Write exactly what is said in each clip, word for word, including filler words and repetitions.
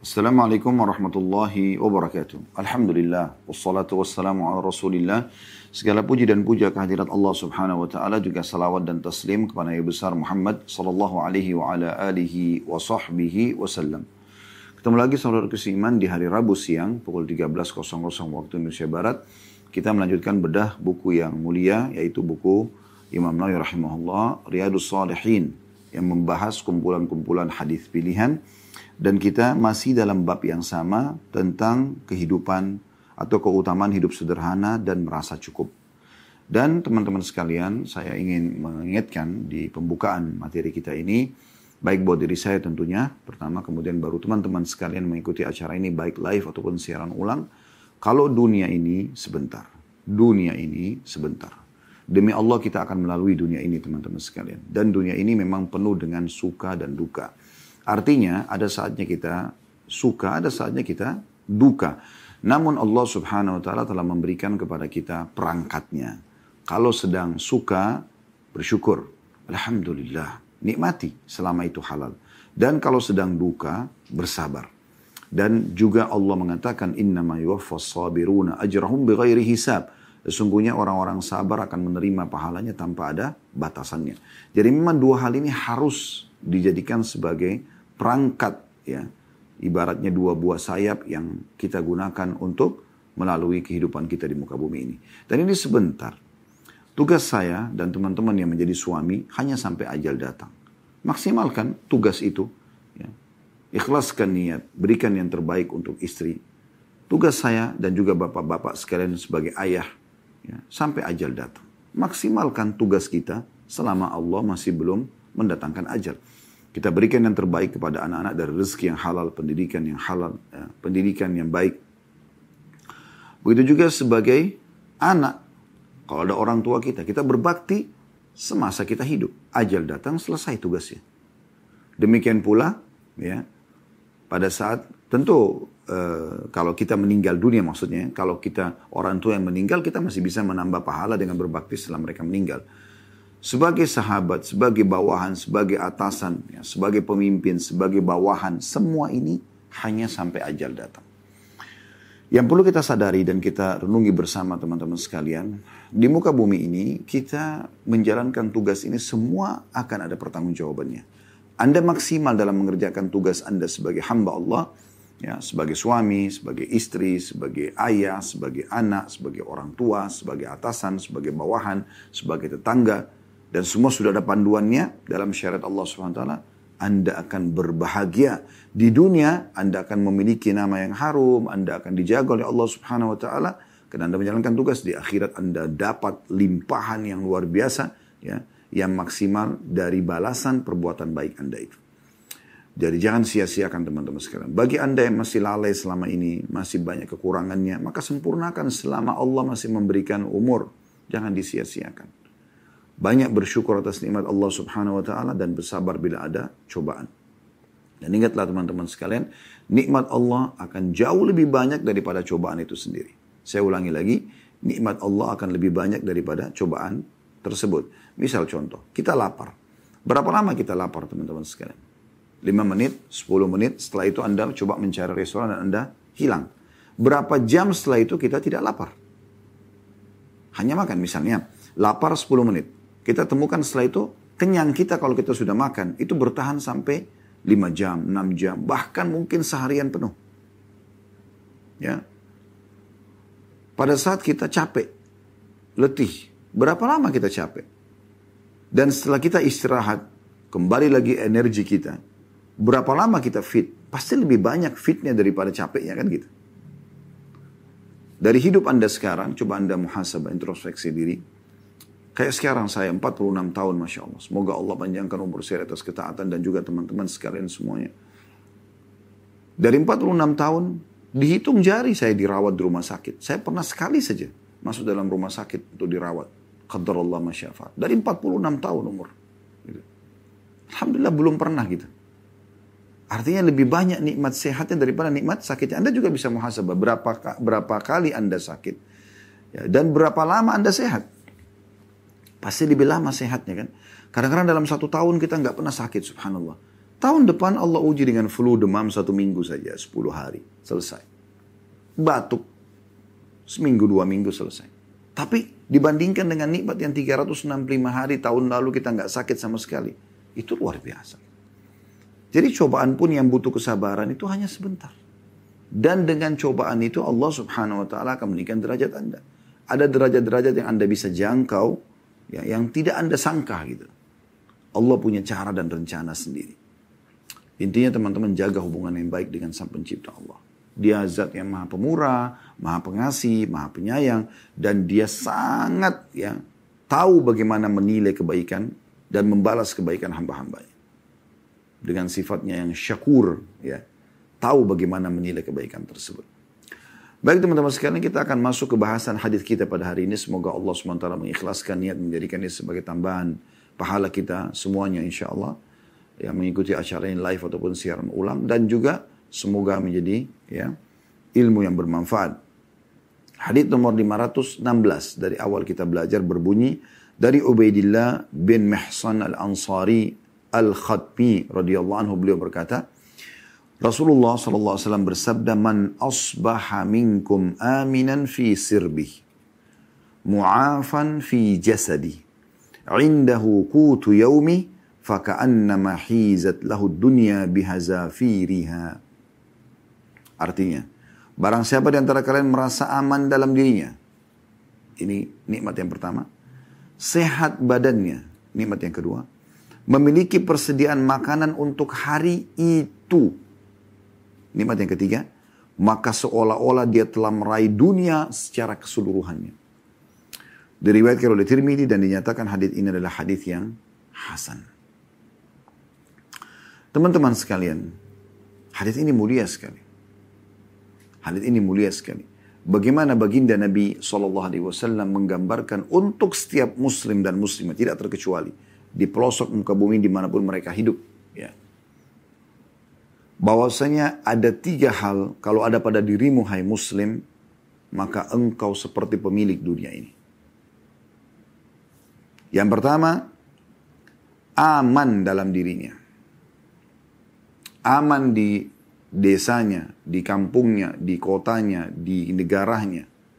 Assalamualaikum warahmatullahi wabarakatuh. Alhamdulillah, wassalatu wassalamu ala rasulillah. Segala puji dan puja kehadirat Allah subhanahu wa ta'ala, juga salawat dan taslim kepada Nabi besar Muhammad sallallahu alaihi wa ala alihi wa sahbihi wasallam. Ketemu lagi saudara keiman di hari Rabu siang pukul tiga belas waktu Indonesia Barat. Kita melanjutkan bedah buku yang mulia, yaitu buku Imam Nawawi rahimahullah, Riyadhus Shalihin, yang membahas kumpulan-kumpulan hadis pilihan. Dan kita masih dalam bab yang sama tentang kehidupan atau keutamaan hidup sederhana dan merasa cukup. Dan teman-teman sekalian, saya ingin mengingatkan di pembukaan materi kita ini, baik buat diri saya tentunya, pertama, kemudian baru teman-teman sekalian mengikuti acara ini, baik live ataupun siaran ulang, kalau dunia ini sebentar, dunia ini sebentar. Demi Allah kita akan melalui dunia ini teman-teman sekalian. Dan dunia ini memang penuh dengan suka dan duka. Artinya ada saatnya kita suka, ada saatnya kita duka. Namun Allah subhanahu wa ta'ala telah memberikan kepada kita perangkatnya. Kalau sedang suka, bersyukur. Alhamdulillah, nikmati selama itu halal. Dan kalau sedang duka, bersabar. Dan juga Allah mengatakan, innama yuwaffas sabiruna ajrahum bighairi hisab. Sesungguhnya orang-orang sabar akan menerima pahalanya tanpa ada batasannya. Jadi memang dua hal ini harus dijadikan sebagai perangkat, ya, ibaratnya dua buah sayap yang kita gunakan untuk melalui kehidupan kita di muka bumi ini. Dan ini sebentar. Tugas saya dan teman-teman yang menjadi suami hanya sampai ajal datang. Maksimalkan tugas itu. Ya. Ikhlaskan niat, berikan yang terbaik untuk istri. Tugas saya dan juga bapak-bapak sekalian sebagai ayah, ya, sampai ajal datang. Maksimalkan tugas kita selama Allah masih belum mendatangkan ajal. Kita berikan yang terbaik kepada anak-anak dari rezeki yang halal, pendidikan yang halal, ya, pendidikan yang baik. Begitu juga sebagai anak. Kalau ada orang tua kita, kita berbakti semasa kita hidup. Ajal datang, selesai tugasnya. Demikian pula, ya, pada saat tentu uh, kalau kita meninggal dunia maksudnya, kalau kita orang tua yang meninggal, kita masih bisa menambah pahala dengan berbakti setelah mereka meninggal. Sebagai sahabat, sebagai bawahan, sebagai atasan, ya, sebagai pemimpin, sebagai bawahan, semua ini hanya sampai ajal datang. Yang perlu kita sadari dan kita renungi bersama teman-teman sekalian, di muka bumi ini kita menjalankan tugas ini semua akan ada pertanggungjawabannya. Anda maksimal dalam mengerjakan tugas Anda sebagai hamba Allah, ya, sebagai suami, sebagai istri, sebagai ayah, sebagai anak, sebagai orang tua, sebagai atasan, sebagai bawahan, sebagai tetangga. Dan semua sudah ada panduannya dalam syariat Allah subhanahu wa taala. Anda akan berbahagia. Di dunia, Anda akan memiliki nama yang harum. Anda akan dijaga oleh Allah subhanahu wa ta'ala. Karena Anda menjalankan tugas. Di akhirat Anda dapat limpahan yang luar biasa. Ya, yang maksimal dari balasan perbuatan baik Anda itu. Jadi jangan sia-siakan teman-teman sekalian. Bagi Anda yang masih lalai selama ini, masih banyak kekurangannya, maka sempurnakan selama Allah masih memberikan umur. Jangan disia-siakan. Banyak bersyukur atas nikmat Allah subhanahu wa ta'ala dan bersabar bila ada cobaan. Dan ingatlah teman-teman sekalian, nikmat Allah akan jauh lebih banyak daripada cobaan itu sendiri. Saya ulangi lagi, nikmat Allah akan lebih banyak daripada cobaan tersebut. Misal contoh, kita lapar. Berapa lama kita lapar teman-teman sekalian? lima menit, sepuluh menit, setelah itu Anda coba mencari restoran dan Anda hilang. Berapa jam setelah itu kita tidak lapar? Hanya makan misalnya, lapar sepuluh menit. Kita temukan setelah itu, kenyang kita kalau kita sudah makan, itu bertahan sampai lima jam, enam jam, bahkan mungkin seharian penuh. Ya. Pada saat kita capek, letih, berapa lama kita capek? Dan setelah kita istirahat, kembali lagi energi kita, berapa lama kita fit? Pasti lebih banyak fitnya daripada capeknya kan gitu. Dari hidup Anda sekarang, coba Anda muhasabah, introspeksi diri. Kayak sekarang saya empat puluh enam tahun, Masya Allah. Semoga Allah panjangkan umur saya atas ketaatan dan juga teman-teman sekalian semuanya. Dari empat puluh enam tahun, dihitung jari saya dirawat di rumah sakit. Saya pernah sekali saja masuk dalam rumah sakit untuk dirawat. Qadarullah masyafa'al. Dari empat puluh enam tahun umur. Gitu. Alhamdulillah belum pernah gitu. Artinya lebih banyak nikmat sehatnya daripada nikmat sakitnya. Anda juga bisa muhasabah berapa, berapa kali Anda sakit. Ya, dan berapa lama Anda sehat. Pasti lebih lama sehatnya kan. Kadang-kadang dalam satu tahun kita nggak pernah sakit, subhanallah. Tahun depan Allah uji dengan flu demam satu minggu saja, sepuluh hari, selesai. Batuk, seminggu dua minggu selesai. Tapi dibandingkan dengan nikmat yang tiga ratus enam puluh lima hari tahun lalu kita nggak sakit sama sekali, itu luar biasa. Jadi cobaan pun yang butuh kesabaran itu hanya sebentar. Dan dengan cobaan itu Allah subhanahu wa ta'ala akan meningkatkan derajat Anda. Ada derajat-derajat yang Anda bisa jangkau, ya, yang tidak Anda sangka gitu. Allah punya cara dan rencana sendiri. Intinya teman-teman jaga hubungan yang baik dengan Sang Pencipta Allah. Dia zat yang maha pemurah, maha pengasih, maha penyayang. Dan dia sangat ya tahu bagaimana menilai kebaikan dan membalas kebaikan hamba-hambanya. Dengan sifatnya yang syakur, ya, tahu bagaimana menilai kebaikan tersebut. Baik teman-teman sekalian, kita akan masuk ke bahasan hadis kita pada hari ini. Semoga Allah subhanahu wa taala mengikhlaskan niat menjadikannya sebagai tambahan pahala kita semuanya insya Allah. Yang mengikuti acara ini live ataupun siaran ulang. Dan juga semoga menjadi ya ilmu yang bermanfaat. Hadis nomor lima ratus enam belas dari awal kita belajar berbunyi. Dari Ubaidillah bin Mihsan al-Ansari al-Khatmi radhiyallahu anhu, beliau berkata, Rasulullah sallallahu alaihi wasallam bersabda, "Man asbaha minkum aminan fi sirbih, mu'afan fi jasadi, indahu qutu yaumi, faka'annama hizat lahu dunya bihazafiriha." Artinya, barang siapa di antara kalian merasa aman dalam dirinya, ini nikmat yang pertama. Sehat badannya, nikmat yang kedua. Memiliki persediaan makanan untuk hari itu, nikmat yang ketiga. Maka seolah-olah dia telah meraih dunia secara keseluruhannya. Diriwayatkan oleh Tirmidzi dan dinyatakan hadis ini adalah hadis yang hasan. Teman-teman sekalian, hadis ini mulia sekali. Hadis ini mulia sekali. Bagaimana baginda Nabi shallallahu alaihi wasallam menggambarkan untuk setiap muslim dan muslimah, tidak terkecuali, di pelosok muka bumi dimanapun mereka hidup. Ya. Bahwasanya ada tiga hal, kalau ada pada dirimu hai muslim, maka engkau seperti pemilik dunia ini. Yang pertama, aman dalam dirinya. Aman di desanya, di kampungnya, di kotanya, di negaranya.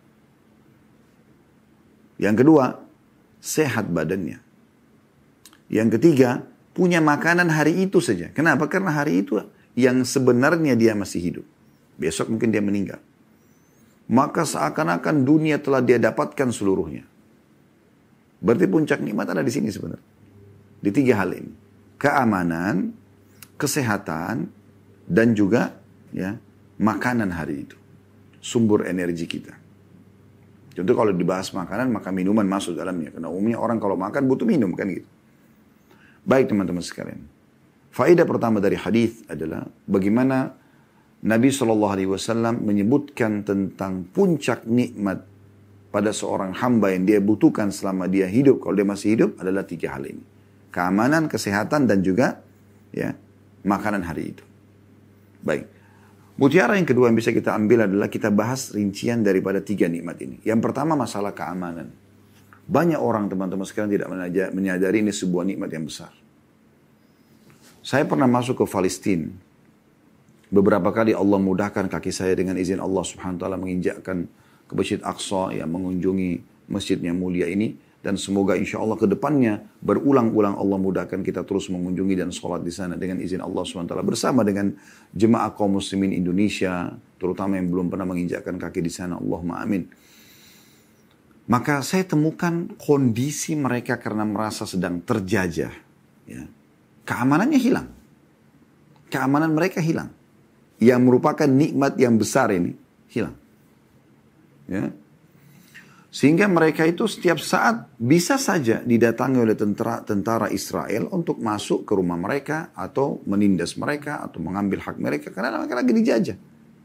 Yang kedua, sehat badannya. Yang ketiga, punya makanan hari itu saja. Kenapa? Karena hari itu yang sebenarnya dia masih hidup. Besok mungkin dia meninggal. Maka seakan-akan dunia telah dia dapatkan seluruhnya. Berarti puncak nikmat ada di sini sebenarnya. Di tiga hal ini. Keamanan, kesehatan, dan juga ya makanan hari itu. Sumber energi kita. Contoh kalau dibahas makanan, maka minuman masuk dalamnya. Karena umumnya orang kalau makan butuh minum kan gitu. Baik teman-teman sekalian. Faedah pertama dari hadis adalah bagaimana Nabi shallallahu alaihi wasallam menyebutkan tentang puncak nikmat pada seorang hamba yang dia butuhkan selama dia hidup. Kalau dia masih hidup adalah tiga hal ini. Keamanan, kesehatan, dan juga ya makanan hari itu. Baik. Mutiara yang kedua yang bisa kita ambil adalah kita bahas rincian daripada tiga nikmat ini. Yang pertama masalah keamanan. Banyak orang teman-teman sekalian tidak menyadari ini sebuah nikmat yang besar. Saya pernah masuk ke Palestina. Beberapa kali Allah mudahkan kaki saya dengan izin Allah subhanahu wa taala menginjakkan ke Masjid Aqsa, yang mengunjungi masjid yang mulia ini. Dan semoga insya Allah ke depannya berulang-ulang Allah mudahkan kita terus mengunjungi dan sholat di sana dengan izin Allah subhanahu wa taala. Bersama dengan jemaah kaum muslimin Indonesia, terutama yang belum pernah menginjakkan kaki di sana. Allahumma amin. Maka saya temukan kondisi mereka karena merasa sedang terjajah. Ya. Keamanannya hilang. Keamanan mereka hilang. Yang merupakan nikmat yang besar ini hilang. Ya. Sehingga mereka itu setiap saat bisa saja didatangi oleh tentara, tentara Israel untuk masuk ke rumah mereka atau menindas mereka atau mengambil hak mereka karena mereka lagi dijajah.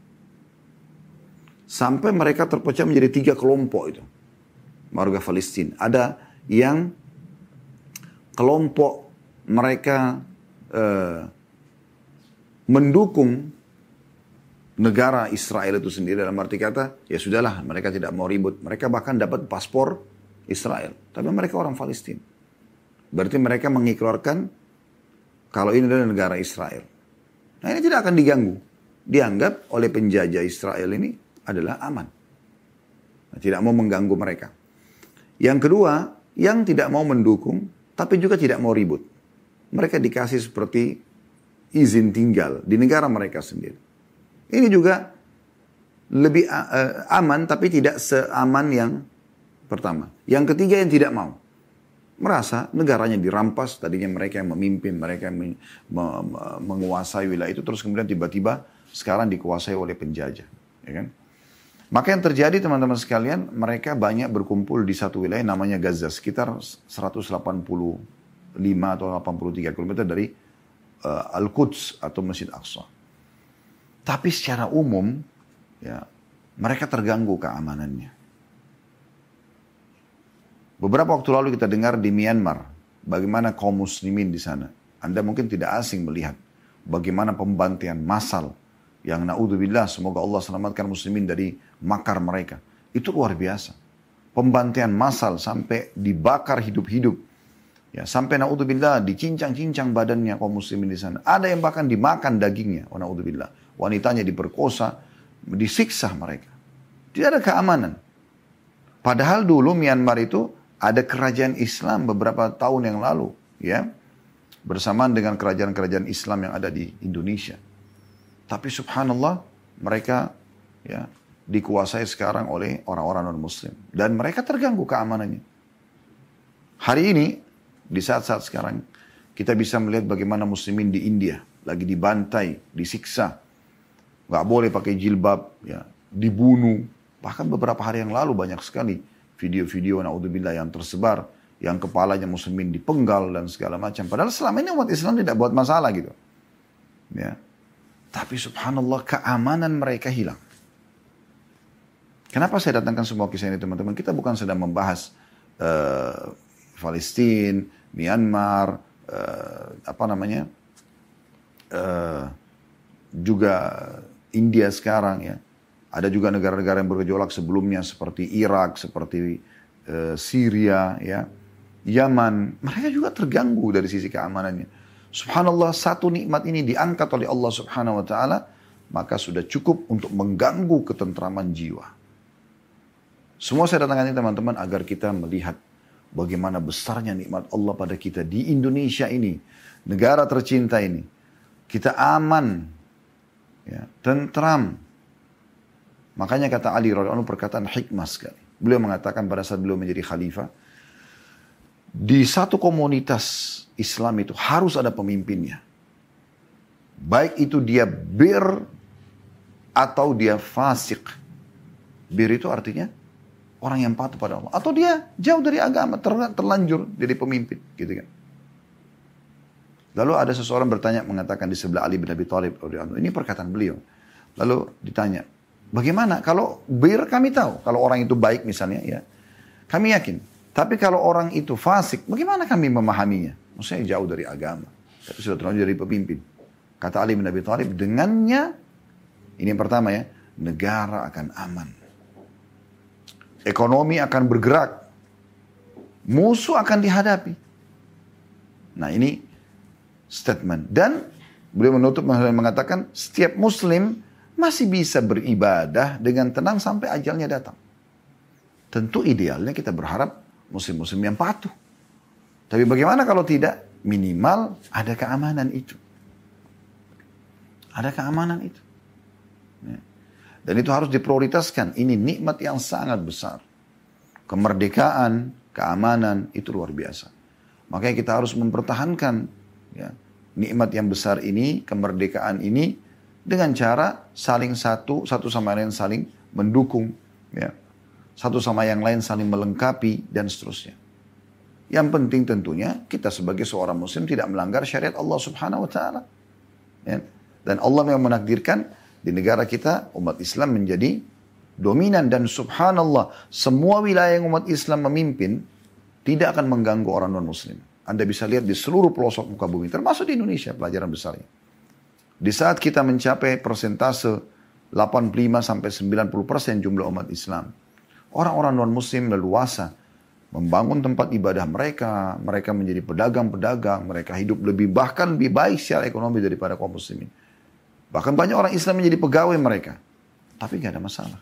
Sampai mereka terpecah menjadi tiga kelompok itu. Warga Palestina. Ada yang kelompok mereka eh, mendukung negara Israel itu sendiri, dalam arti kata, ya sudahlah, mereka tidak mau ribut. Mereka bahkan dapat paspor Israel. Tapi mereka orang Palestina. Berarti mereka mengikrarkan kalau ini adalah negara Israel. Nah ini tidak akan diganggu. Dianggap oleh penjajah Israel ini adalah aman. Nah, tidak mau mengganggu mereka. Yang kedua, yang tidak mau mendukung, tapi juga tidak mau ribut. Mereka dikasih seperti izin tinggal di negara mereka sendiri. Ini juga lebih uh, aman, tapi tidak seaman yang pertama. Yang ketiga yang tidak mau. Merasa negaranya dirampas, tadinya mereka yang memimpin, mereka yang me, me, menguasai wilayah itu, terus kemudian tiba-tiba sekarang dikuasai oleh penjajah. Ya kan? Maka yang terjadi teman-teman sekalian, mereka banyak berkumpul di satu wilayah namanya Gaza, sekitar seratus delapan puluh lima atau delapan puluh tiga kilometer dari uh, Al-Quds atau Masjid Aqsa. Tapi secara umum, ya, mereka terganggu keamanannya. Beberapa waktu lalu kita dengar di Myanmar, bagaimana kaum muslimin di sana. Anda mungkin tidak asing melihat bagaimana pembantian massal yang naudzubillah, semoga Allah selamatkan muslimin dari makar mereka. Itu luar biasa. Pembantian massal sampai dibakar hidup-hidup. Ya, sampai naudzubillah dicincang-cincang badannya kaum muslimin di sana. Ada yang bahkan dimakan dagingnya, wa naudzubillah. Wanitanya diperkosa, disiksa mereka. Tidak ada keamanan. Padahal dulu Myanmar itu ada kerajaan Islam beberapa tahun yang lalu, ya, bersamaan dengan kerajaan-kerajaan Islam yang ada di Indonesia. Tapi subhanallah, mereka ya dikuasai sekarang oleh orang-orang non-Muslim. Dan mereka terganggu keamanannya. Hari ini, di saat-saat sekarang, kita bisa melihat bagaimana muslimin di India lagi dibantai, disiksa. Gak boleh pakai jilbab, ya, dibunuh. Bahkan beberapa hari yang lalu banyak sekali video-video naudzubillah yang tersebar, yang kepalanya muslimin dipenggal dan segala macam. Padahal selama ini umat Islam tidak buat masalah gitu. Ya. Tapi subhanallah keamanan mereka hilang. Kenapa saya datangkan semua kisah ini teman-teman? Kita bukan sedang membahas uh, Palestina, Myanmar, uh, apa namanya, uh, juga India sekarang ya. Ada juga negara-negara yang bergejolak sebelumnya seperti Irak, seperti uh, Syria, ya, Yaman. Mereka juga terganggu dari sisi keamanannya. Subhanallah, satu nikmat ini diangkat oleh Allah Subhanahu Wa Taala, maka sudah cukup untuk mengganggu ketentraman jiwa. Semua saya datangkan ini teman-teman agar kita melihat bagaimana besarnya nikmat Allah pada kita di Indonesia ini, negara tercinta ini. Kita aman, ya, tentram. Makanya kata Ali radhiyallahu anhu perkataan hikmah sekali. Beliau mengatakan pada saat beliau menjadi khalifah, di satu komunitas Islam itu harus ada pemimpinnya. Baik itu dia bir atau dia fasik. Bir itu artinya orang yang patuh pada Allah. Atau dia jauh dari agama, terlanjur jadi pemimpin. Gitu kan. Lalu ada seseorang bertanya mengatakan di sebelah Ali bin Abi Thalib. Ini perkataan beliau. Lalu ditanya, bagaimana kalau bir kami tahu. Kalau orang itu baik misalnya ya. Kami yakin. Tapi kalau orang itu fasik, bagaimana kami memahaminya? Maksudnya jauh dari agama. Tapi sudah terlanjur jadi pemimpin. Kata Ali bin Abi Thalib, dengannya, ini yang pertama ya, negara akan aman. Ekonomi akan bergerak. Musuh akan dihadapi. Nah ini statement. Dan beliau menutup mengatakan, setiap muslim masih bisa beribadah dengan tenang sampai ajalnya datang. Tentu idealnya kita berharap muslim-muslim yang patuh. Tapi bagaimana kalau tidak? Minimal ada keamanan itu. Ada keamanan itu. Ya. Dan itu harus diprioritaskan. Ini nikmat yang sangat besar. Kemerdekaan, keamanan, itu luar biasa. Makanya kita harus mempertahankan ya, nikmat yang besar ini, kemerdekaan ini, dengan cara saling satu, satu sama lain saling mendukung. Ya. Satu sama yang lain saling melengkapi, dan seterusnya. Yang penting tentunya kita sebagai seorang muslim tidak melanggar syariat Allah Subhanahu Wa Taala. Ya. Dan Allah yang menakdirkan di negara kita umat Islam menjadi dominan. Dan subhanallah semua wilayah yang umat Islam memimpin tidak akan mengganggu orang non muslim. Anda bisa lihat di seluruh pelosok muka bumi termasuk di Indonesia pelajaran besarnya. Di saat kita mencapai persentase delapan puluh lima sampai sembilan puluh persen jumlah umat Islam, orang-orang non muslim leluasa membangun tempat ibadah mereka, mereka menjadi pedagang-pedagang, mereka hidup lebih bahkan lebih baik secara ekonomi daripada kaum muslimin. Bahkan banyak orang Islam menjadi pegawai mereka. Tapi gak ada masalah.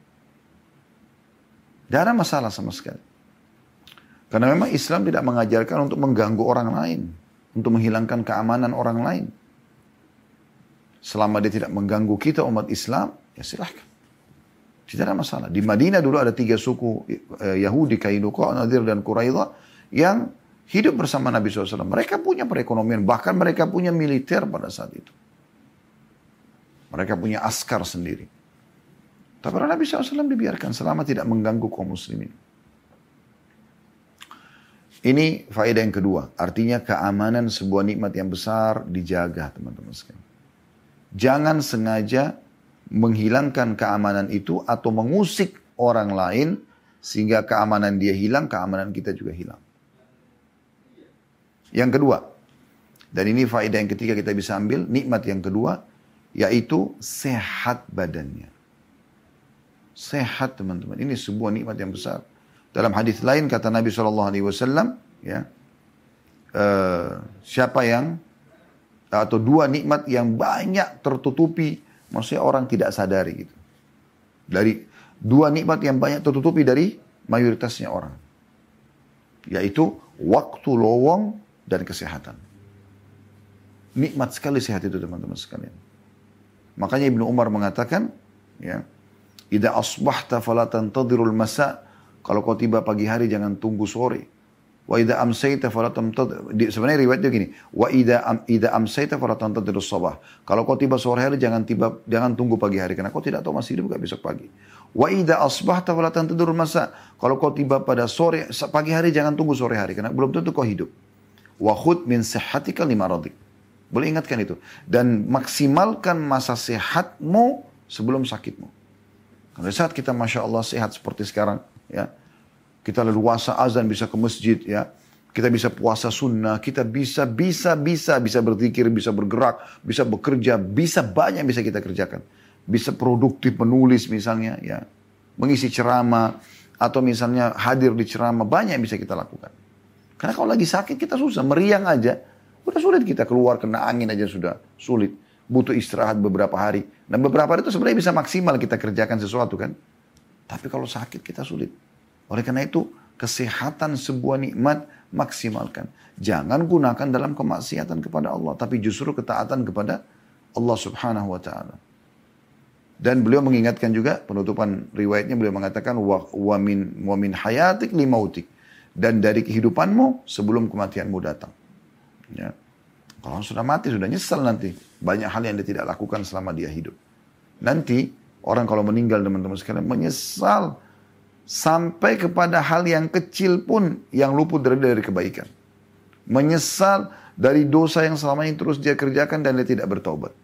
Gak ada masalah sama sekali. Karena memang Islam tidak mengajarkan untuk mengganggu orang lain. Untuk menghilangkan keamanan orang lain. Selama dia tidak mengganggu kita umat Islam, ya silahkan. Tidak ada masalah. Di Madinah dulu ada tiga suku eh, Yahudi, Kainuqa, Nadir, dan Quraidah yang hidup bersama Nabi shallallahu alaihi wasallam. Mereka punya perekonomian, bahkan mereka punya militer pada saat itu. Mereka punya askar sendiri. Tapi Nabi shallallahu alaihi wasallam dibiarkan selama tidak mengganggu kaum muslimin. Ini faedah yang kedua. Artinya keamanan sebuah nikmat yang besar dijaga, teman-teman sekalian. Jangan sengaja menghilangkan keamanan itu atau mengusik orang lain sehingga keamanan dia hilang, keamanan kita juga hilang. Yang kedua, dan ini faedah yang ketiga kita bisa ambil, nikmat yang kedua, yaitu sehat badannya. Sehat, teman-teman. Ini sebuah nikmat yang besar. Dalam hadis lain kata Nabi shallallahu alaihi wasallam, ya, uh, siapa yang atau dua nikmat yang banyak tertutupi, maksudnya orang tidak sadari gitu. Dari dua nikmat yang banyak tertutupi dari mayoritasnya orang, yaitu waktu lowong dan kesehatan. Nikmat sekali sehat itu, teman-teman sekalian. Makanya Ibnu Umar mengatakan, ya, idza asbahta fala tantadhirul masa. Kalau kau tiba pagi hari jangan tunggu sore. Wa idza amsayta fala tantadhir. Sebenarnya riwayatnya gini, wa idza am, idza amsayta fala tantadhirus sabah. Kalau kau tiba sore hari jangan tiba jangan tunggu pagi hari karena kau tidak tahu masih hidup enggak besok pagi. Wa idza asbahta fala tantadhirul masa. Kalau kau tiba pada sore pagi hari jangan tunggu sore hari karena belum tentu kau hidup. Wa khudh min sihhatika limaradik. Boleh ingatkan itu. Dan maksimalkan masa sehatmu sebelum sakitmu. Karena saat kita Masya Allah sehat seperti sekarang, ya, kita leluasa azan bisa ke masjid, ya, kita bisa puasa sunnah, kita bisa, bisa, bisa, bisa berzikir, bisa bergerak, bisa bekerja, bisa banyak bisa kita kerjakan. Bisa produktif menulis misalnya, ya, mengisi ceramah, atau misalnya hadir di ceramah, banyak yang bisa kita lakukan. Karena kalau lagi sakit kita susah, meriang aja, udah sulit kita keluar, kena angin aja sudah sulit. Butuh istirahat beberapa hari. Dan beberapa hari itu sebenarnya bisa maksimal kita kerjakan sesuatu kan. Tapi kalau sakit kita sulit. Oleh karena itu, kesehatan sebuah nikmat maksimalkan. Jangan gunakan dalam kemaksiatan kepada Allah. Tapi justru ketaatan kepada Allah subhanahu wa ta'ala. Dan beliau mengingatkan juga, penutupan riwayatnya beliau mengatakan, wa, wa, min, wa min hayatik li mautik. Dan dari kehidupanmu sebelum kematianmu datang. Ya. Kalau sudah mati, sudah nyesal nanti. Banyak hal yang dia tidak lakukan selama dia hidup. Nanti, orang kalau meninggal teman-teman sekalian, menyesal. Sampai kepada hal yang kecil pun yang luput dari, dari kebaikan. Menyesal dari dosa yang selama ini terus dia kerjakan dan dia tidak bertaubat.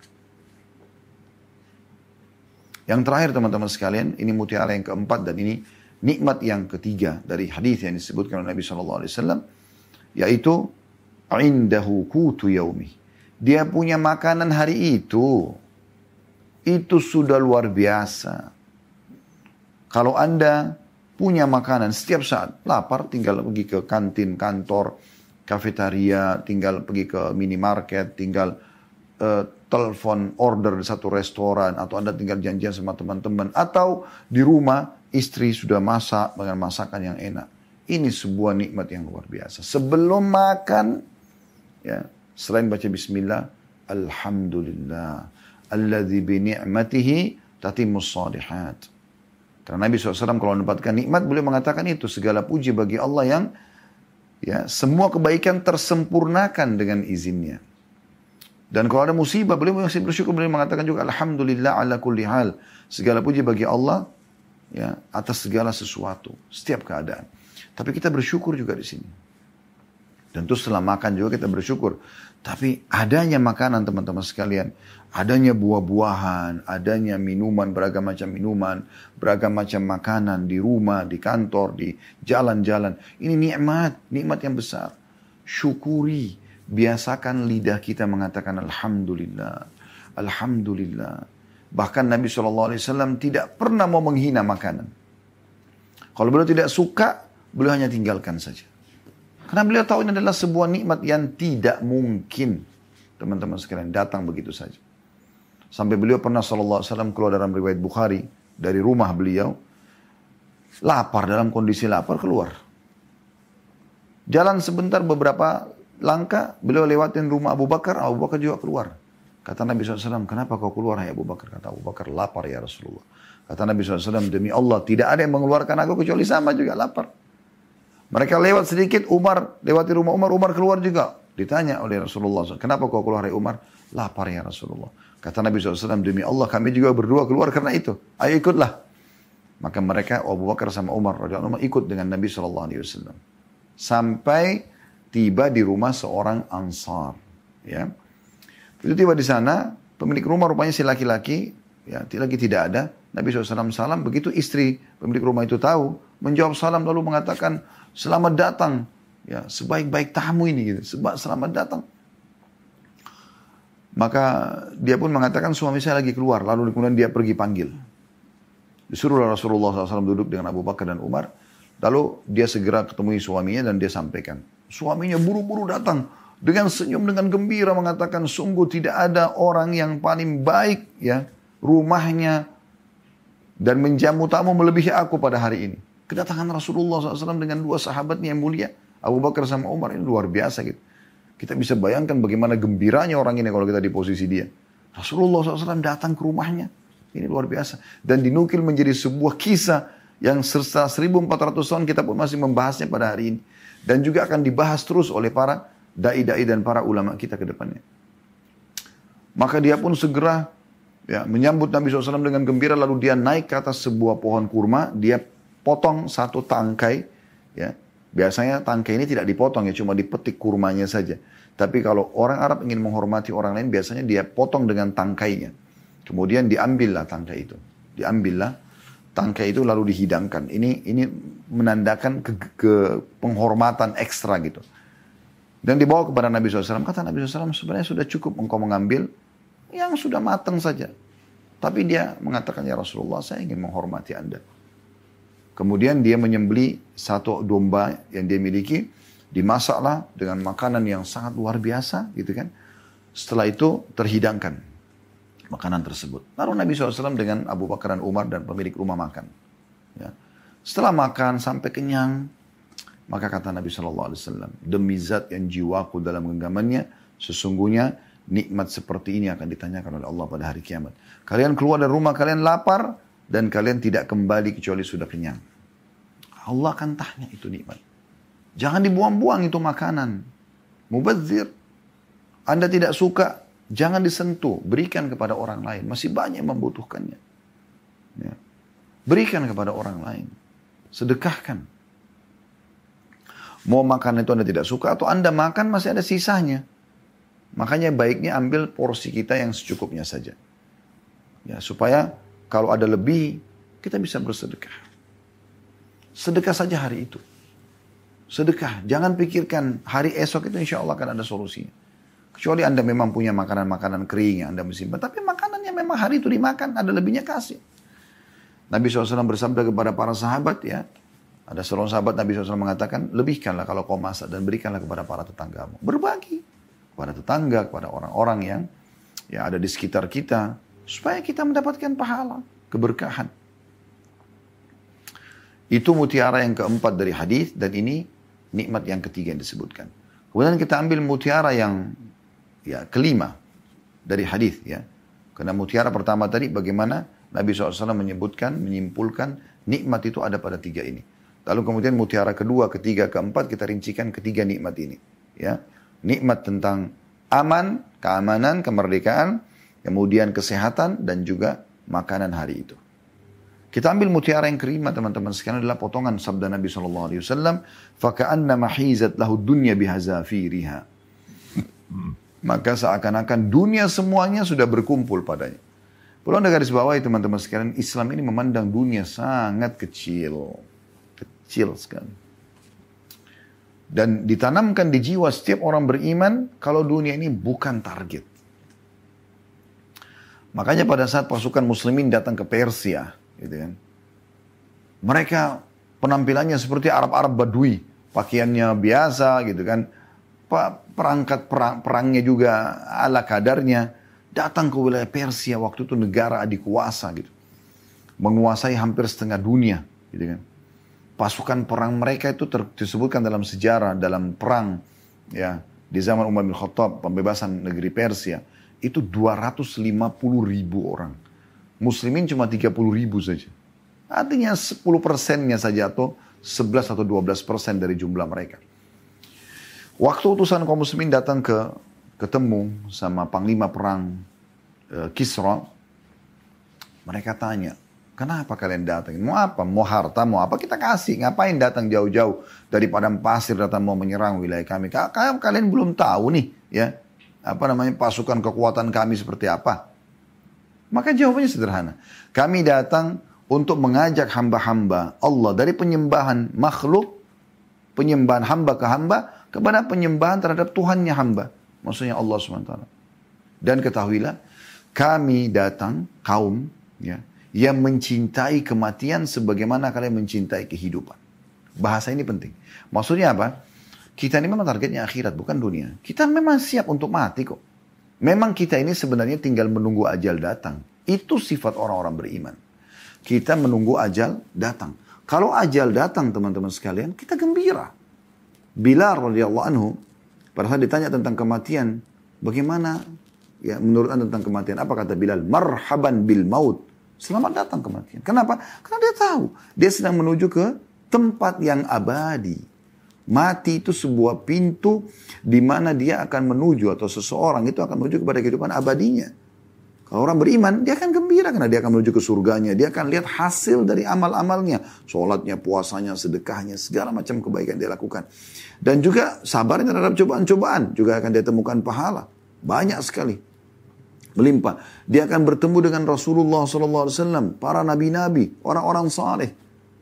Yang terakhir teman-teman sekalian, ini mutiara yang keempat dan ini nikmat yang ketiga dari hadis yang disebutkan oleh Nabi shallallahu alaihi wasallam. Yaitu, indahu kutu yaumi. Dia punya makanan hari itu. Itu sudah luar biasa. Kalau Anda punya makanan setiap saat, lapar tinggal pergi ke kantin, kantor, kafetaria, tinggal pergi ke minimarket, tinggal uh, telepon order di satu restoran, atau Anda tinggal janjian sama teman-teman, atau di rumah istri sudah masak dengan masakan yang enak. Ini sebuah nikmat yang luar biasa. Sebelum makan, ya, selain baca bismillah, alhamdulillah, alladzi bi ni'matihi tatimmus shalihat. Karena Nabi shallallahu alaihi wasallam kalau mendapatkan nikmat, beliau mengatakan itu, segala puji bagi Allah yang, ya, semua kebaikan tersempurnakan dengan izinnya. Dan kalau ada musibah, beliau masih bersyukur, beliau mengatakan juga, alhamdulillah ala kulli hal. Segala puji bagi Allah, ya, atas segala sesuatu, setiap keadaan. Tapi kita bersyukur juga di sini. Dan terus setelah makan juga kita bersyukur. Tapi adanya makanan teman-teman sekalian, adanya buah-buahan, adanya minuman, beragam macam minuman, beragam macam makanan di rumah, di kantor, di jalan-jalan. Ini nikmat, nikmat yang besar. Syukuri, biasakan lidah kita mengatakan alhamdulillah, alhamdulillah. Bahkan Nabi shallallahu alaihi wasallam tidak pernah mau menghina makanan. Kalau beliau tidak suka, beliau hanya tinggalkan saja. Karena beliau tahu ini adalah sebuah nikmat yang tidak mungkin, teman-teman sekalian, datang begitu saja. Sampai beliau pernah sallallahu alaihi wasallam keluar dalam riwayat Bukhari, dari rumah beliau, lapar, dalam kondisi lapar keluar. Jalan sebentar beberapa langkah, beliau lewatin rumah Abu Bakar, Abu Bakar juga keluar. Kata Nabi shallallahu alaihi wasallam, kenapa kau keluar hai Abu Bakar? Kata Abu Bakar, lapar ya Rasulullah. Kata Nabi shallallahu alaihi wasallam, demi Allah tidak ada yang mengeluarkan aku kecuali sama juga lapar. Mereka lewat sedikit, Umar, lewati rumah Umar, Umar keluar juga. Ditanya oleh Rasulullah shallallahu alaihi wasallam, kenapa kau keluar hai Umar? Lapar ya Rasulullah. Kata Nabi shallallahu alaihi wasallam, demi Allah kami juga berdua keluar karena itu. Ayo ikutlah. Maka mereka, Abu Bakar sama Umar radhiyallahu anhu ikut dengan Nabi shallallahu alaihi wasallam. Sampai tiba di rumah seorang Ansar. Ya. Itu tiba di sana, pemilik rumah rupanya si laki-laki, ya, lagi tidak ada. Nabi shallallahu alaihi wasallam salam, begitu istri pemilik rumah itu tahu, menjawab salam lalu mengatakan, selamat datang, ya, sebaik-baik tamu ini, gitu. Selamat datang. Maka dia pun mengatakan suami saya lagi keluar, lalu kemudian dia pergi panggil. Disuruh Rasulullah shallallahu alaihi wasallam duduk dengan Abu Bakar dan Umar, lalu dia segera ketemui suaminya dan dia sampaikan. Suaminya buru-buru datang, dengan senyum, dengan gembira mengatakan, sungguh tidak ada orang yang paling baik ya rumahnya dan menjamu tamu melebihi aku pada hari ini. Kedatangan Rasulullah shallallahu alaihi wasallam dengan dua sahabatnya yang mulia, Abu Bakar sama Umar, ini luar biasa gitu. Kita bisa bayangkan bagaimana gembiranya orang ini kalau kita di posisi dia. Rasulullah shallallahu alaihi wasallam datang ke rumahnya, ini luar biasa. Dan dinukil menjadi sebuah kisah yang serta seribu empat ratus tahun kita pun masih membahasnya pada hari ini. Dan juga akan dibahas terus oleh para dai-dai dan para ulama kita ke depannya. Maka dia pun segera ya, menyambut Nabi shallallahu alaihi wasallam dengan gembira, lalu dia naik ke atas sebuah pohon kurma, dia potong satu tangkai. Ya. Biasanya tangkai ini tidak dipotong ya, cuma dipetik kurmanya saja. Tapi kalau orang Arab ingin menghormati orang lain, biasanya dia potong dengan tangkainya. Kemudian diambillah tangkai itu. Diambillah tangkai itu lalu dihidangkan. Ini ini menandakan ke, ke penghormatan ekstra gitu. Dan dibawa kepada Nabi shallallahu alaihi wasallam. Kata Nabi shallallahu alaihi wasallam, sebenarnya sudah cukup engkau mengambil yang sudah matang saja. Tapi dia mengatakan, ya Rasulullah, saya ingin menghormati Anda. Kemudian dia menyembeli satu domba yang dia miliki, dimasaklah dengan makanan yang sangat luar biasa, gitu kan. Setelah itu terhidangkan makanan tersebut. Lalu Nabi shallallahu alaihi wasallam dengan Abu Bakar dan Umar dan pemilik rumah makan. Ya. Setelah makan sampai kenyang, maka kata Nabi shallallahu alaihi wasallam, demi zat yang jiwaku dalam genggamannya, sesungguhnya nikmat seperti ini akan ditanyakan oleh Allah pada hari kiamat. Kalian keluar dari rumah, kalian lapar, dan kalian tidak kembali kecuali sudah kenyang. Allah akan tanya itu nikmat. Jangan dibuang-buang itu makanan. Mubadzir. Anda tidak suka, jangan disentuh. Berikan kepada orang lain. Masih banyak yang membutuhkannya. Ya. Berikan kepada orang lain. Sedekahkan. Mau makan itu Anda tidak suka, atau Anda makan masih ada sisanya. Makanya baiknya ambil porsi kita yang secukupnya saja. Ya, supaya kalau ada lebih, kita bisa bersedekah. Sedekah saja hari itu. Sedekah. Jangan pikirkan hari esok itu insya Allah akan ada solusinya. Kecuali Anda memang punya makanan-makanan kering yang Anda simpan. Tapi makanannya memang hari itu dimakan, ada lebihnya kasih. Nabi shallallahu alaihi wasallam bersabda kepada para sahabat ya. Ada seorang sahabat Nabi shallallahu alaihi wasallam mengatakan, lebihkanlah kalau kau masak dan berikanlah kepada para tetanggamu. Berbagi kepada tetangga, kepada orang-orang yang yang ada di sekitar kita. Supaya kita mendapatkan pahala, keberkahan. Itu mutiara yang keempat dari hadis, dan ini nikmat yang ketiga yang disebutkan. Kemudian kita ambil mutiara yang ya kelima dari hadis ya. Karena mutiara pertama tadi bagaimana Nabi shallallahu alaihi wasallam menyebutkan, menyimpulkan nikmat itu ada pada tiga ini. Lalu kemudian mutiara kedua, ketiga, keempat kita rincikan ketiga nikmat ini. Ya, nikmat tentang aman, keamanan, kemerdekaan, kemudian kesehatan dan juga makanan hari itu. Kita ambil mutiara yang kelima teman-teman sekalian adalah potongan sabda Nabi shallallahu alaihi wasallam, "Faka'annama hizat lahu dunya bihazafiriha." Maka seakan-akan dunia semuanya sudah berkumpul padanya. Perlu Anda garis bawahi teman-teman sekalian, Islam ini memandang dunia sangat kecil. Kecil sekali. Dan ditanamkan di jiwa setiap orang beriman kalau dunia ini bukan target. Makanya pada saat pasukan muslimin datang ke Persia, gitu kan, mereka Penampilannya seperti Arab-Arab Badui. Pakaiannya biasa gitu kan. Perangkat perang, perangnya juga ala kadarnya. Datang ke wilayah Persia waktu itu negara adik kuasa gitu. Menguasai hampir setengah dunia gitu kan. Pasukan perang mereka itu ter, disebutkan dalam sejarah, dalam perang ya di zaman Umar bin Khattab, pembebasan negeri Persia. Itu dua ratus lima puluh ribu orang. Muslimin cuma tiga puluh ribu saja. Artinya sepuluh persennya saja atau sebelas atau dua belas persen dari jumlah mereka. Waktu utusan kaum muslimin datang ke ketemu sama panglima perang e, Kisra, mereka tanya, kenapa kalian datang? Mau apa? Mau harta? Mau apa? Kita kasih. Ngapain datang jauh-jauh dari padang pasir datang mau menyerang wilayah kami? Kalian, kalian belum tahu nih, ya apa namanya pasukan kekuatan kami seperti apa? Maka jawabannya sederhana. Kami datang untuk mengajak hamba-hamba Allah dari penyembahan makhluk, penyembahan hamba ke hamba, kepada penyembahan terhadap Tuhannya hamba. Maksudnya Allah subhanahu wa taala. Dan ketahuilah, kami datang kaum ya, yang mencintai kematian sebagaimana kalian mencintai kehidupan. Bahasa ini penting. Maksudnya apa? Kita ini memang targetnya akhirat, bukan dunia. Kita memang siap untuk mati kok. Memang kita ini sebenarnya tinggal menunggu ajal datang. Itu sifat orang-orang beriman. Kita menunggu ajal datang. Kalau ajal datang teman-teman sekalian, kita gembira. Bilal radhiyallahu anhu, pada saat ditanya tentang kematian, bagaimana ya menurut anda tentang kematian? Apa kata Bilal? Marhaban bil maut. Selamat datang kematian. Kenapa? Karena dia tahu. Dia sedang menuju ke tempat yang abadi. Mati itu sebuah pintu di mana dia akan menuju atau seseorang itu akan menuju kepada kehidupan abadinya. Kalau orang beriman, dia akan gembira karena dia akan menuju ke surganya. Dia akan lihat hasil dari amal-amalnya. Sholatnya, puasanya, sedekahnya, segala macam kebaikan dia lakukan. Dan juga sabarnya terhadap cobaan-cobaan. Juga akan dia temukan pahala. Banyak sekali. Melimpah. Dia akan bertemu dengan Rasulullah shallallahu alaihi wasallam. Para nabi-nabi, orang-orang saleh.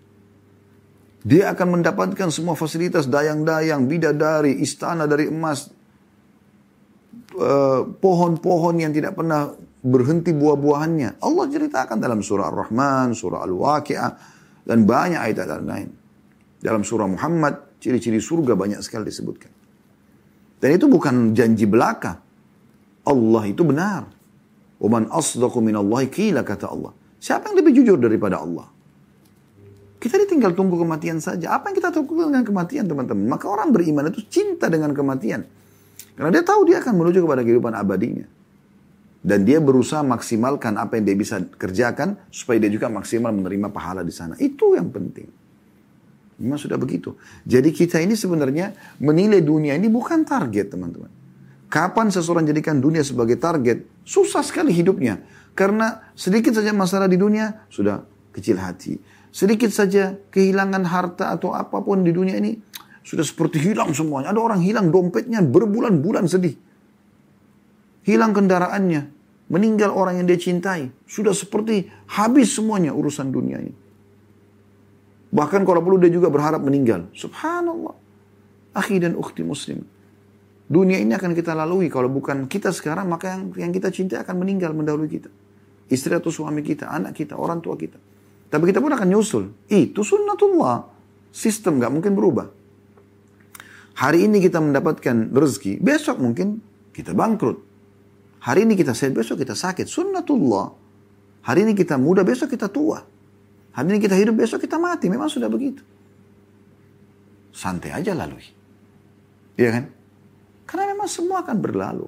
Dia akan mendapatkan semua fasilitas dayang-dayang, bidadari, istana dari emas. Uh, pohon-pohon yang tidak pernah berhenti buah-buahannya. Allah ceritakan dalam surah Ar-Rahman, surah Al-Waqi'ah, dan banyak ayat-ayat lain. Dalam surah Muhammad, ciri-ciri surga banyak sekali disebutkan. Dan itu bukan janji belaka. Allah itu benar. وَمَنْ أَصْدَقُ مِنَ اللَّهِ قِيلَ kata Allah. Siapa yang lebih jujur daripada Allah? Kita tinggal tunggu kematian saja. Apa yang kita tunggu dengan kematian teman-teman? Maka orang beriman itu cinta dengan kematian. Karena dia tahu dia akan menuju kepada kehidupan abadinya. Dan dia berusaha maksimalkan apa yang dia bisa kerjakan supaya dia juga maksimal menerima pahala di sana. Itu yang penting. Memang sudah begitu. Jadi kita ini sebenarnya menilai dunia ini bukan target teman-teman. Kapan seseorang jadikan dunia sebagai target? Susah sekali hidupnya. Karena sedikit saja masalah di dunia sudah kecil hati. Sedikit saja kehilangan harta atau apapun di dunia ini sudah seperti hilang semuanya. Ada orang hilang dompetnya berbulan-bulan sedih. Hilang kendaraannya. Meninggal orang yang dia cintai. Sudah seperti habis semuanya urusan dunianya. Bahkan kalau perlu dia juga berharap meninggal. Subhanallah. Akhi dan ukhti muslim. Dunia ini akan kita lalui. Kalau bukan kita sekarang, maka yang, yang kita cintai akan meninggal mendahului kita. Istri atau suami kita, anak kita, orang tua kita. Tapi kita pun akan nyusul. Itu sunnatullah. Sistem gak mungkin berubah. Hari ini kita mendapatkan rezeki. Besok mungkin kita bangkrut. Hari ini kita sehat, besok kita sakit. Sunnatullah. Hari ini kita muda, besok kita tua. Hari ini kita hidup, besok kita mati. Memang sudah begitu. Santai aja lalui. Iya kan? Karena memang semua akan berlalu.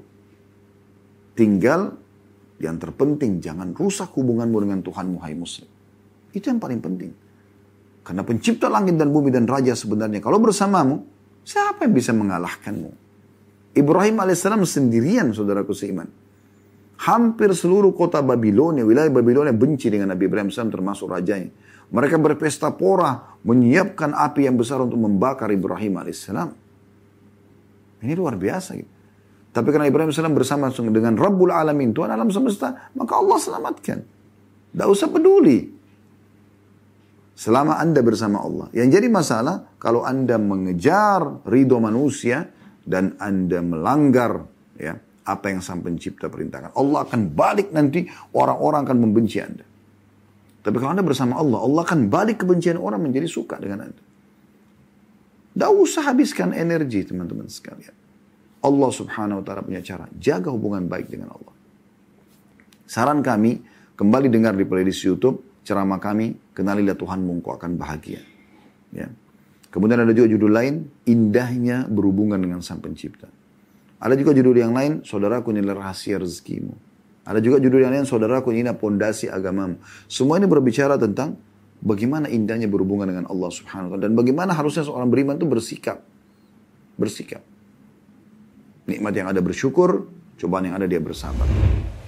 Tinggal yang terpenting, jangan rusak hubunganmu dengan Tuhanmu, hai muslim. Itu yang paling penting. Karena pencipta langit dan bumi dan raja sebenarnya, kalau bersamamu, siapa yang bisa mengalahkanmu? Ibrahim alaihissalam sendirian, saudaraku seiman. Hampir seluruh kota Babilonia, wilayah Babilonia benci dengan Nabi Ibrahim alaihissalam termasuk rajanya. Mereka berpesta pora, menyiapkan api yang besar untuk membakar Ibrahim alaihissalam. Ini luar biasa gitu. Tapi karena Ibrahim alaihissalam bersama dengan Rabbul Alamin, Tuhan alam semesta, maka Allah selamatkan. Tidak usah peduli. Selama anda bersama Allah. Yang jadi masalah, kalau anda mengejar ridho manusia, dan anda melanggar ya apa yang sang pencipta perintahkan. Allah akan balik nanti, orang-orang akan membenci anda. Tapi kalau Anda bersama Allah, Allah akan balik kebencian orang menjadi suka dengan Anda. Tidak usah habiskan energi teman-teman sekalian. Allah subhanahu wa ta'ala punya cara. Jaga hubungan baik dengan Allah. Saran kami, kembali dengar di playlist YouTube, ceramah kami, kenalilah Tuhanmu, engkau akan bahagia. Ya. Kemudian ada juga judul lain, indahnya berhubungan dengan Sang Pencipta. Ada juga judul yang lain, saudaraku inilah rahasia rezekimu. Ada juga judul yang lain, saudaraku inilah pondasi agamamu. Semua ini berbicara tentang bagaimana indahnya berhubungan dengan Allah subhanahu wa ta'ala. Dan bagaimana harusnya seorang beriman itu bersikap. Bersikap. Nikmat yang ada bersyukur, cobaan yang ada dia bersabar.